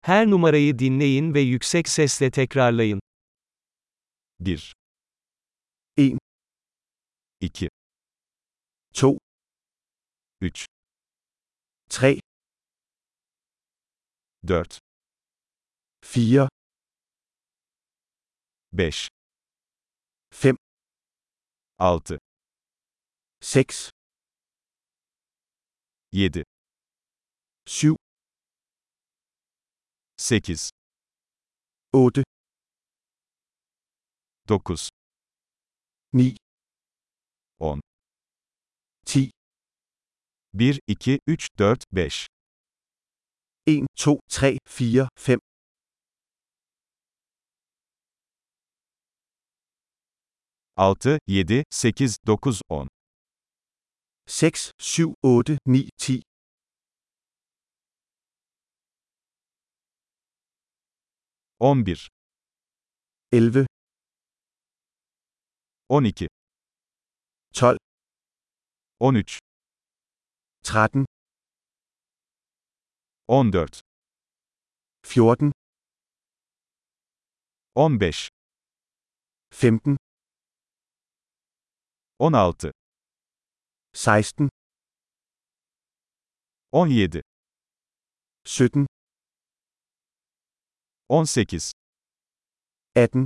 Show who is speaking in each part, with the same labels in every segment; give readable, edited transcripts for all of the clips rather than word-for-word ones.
Speaker 1: Her numarayı dinleyin ve yüksek sesle tekrarlayın.
Speaker 2: 1,
Speaker 3: 1,
Speaker 2: 2,
Speaker 3: 2,
Speaker 2: 3,
Speaker 3: 3,
Speaker 2: 4,
Speaker 3: 4,
Speaker 2: 5,
Speaker 3: 5,
Speaker 2: 6,
Speaker 3: 6,
Speaker 2: 7,
Speaker 3: 7,
Speaker 2: 8,
Speaker 3: 8,
Speaker 2: 9,
Speaker 3: 9,
Speaker 2: 10,
Speaker 3: 10,
Speaker 2: 1, 2, 3, 4, 5,
Speaker 3: 1, 2, 3, 4, 5,
Speaker 2: 6, 7, 8, 9, 10,
Speaker 3: 6, 7, 8, 9, 10,
Speaker 2: 11,
Speaker 3: 11,
Speaker 2: 12,
Speaker 3: 12,
Speaker 2: 13,
Speaker 3: 13,
Speaker 2: 14,
Speaker 3: 14,
Speaker 2: 15,
Speaker 3: 15,
Speaker 2: 16,
Speaker 3: 16,
Speaker 2: 17,
Speaker 3: 17,
Speaker 2: 18,
Speaker 3: 18,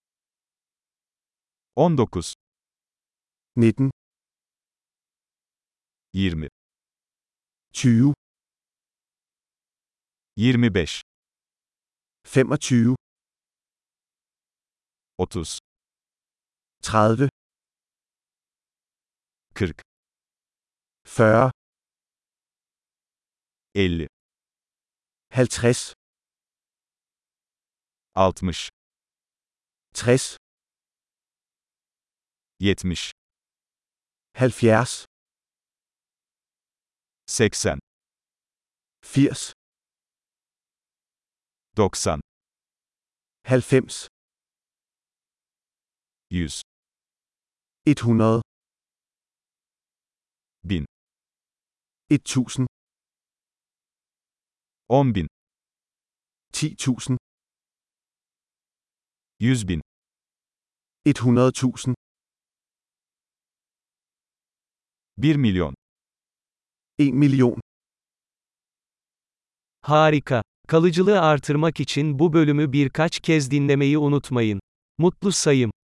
Speaker 2: 19,
Speaker 3: 19,
Speaker 2: 20,
Speaker 3: 20,
Speaker 2: 25,
Speaker 3: 25,
Speaker 2: 30,
Speaker 3: 30,
Speaker 2: 40,
Speaker 3: 40,
Speaker 2: 50,
Speaker 3: 50,
Speaker 2: 60,
Speaker 3: 60,
Speaker 2: 70,
Speaker 3: 70,
Speaker 2: 80,
Speaker 3: 80,
Speaker 2: 90,
Speaker 3: 90,
Speaker 2: 100,
Speaker 3: 100,
Speaker 2: 1000,
Speaker 3: 1000,
Speaker 2: 10.000,
Speaker 3: 10.000,
Speaker 2: 100.000,
Speaker 3: 100.000,
Speaker 2: 1 milyon.
Speaker 3: 1 milyon.
Speaker 1: Harika. Kalıcılığı artırmak için bu bölümü birkaç kez dinlemeyi unutmayın. Mutlu sayım.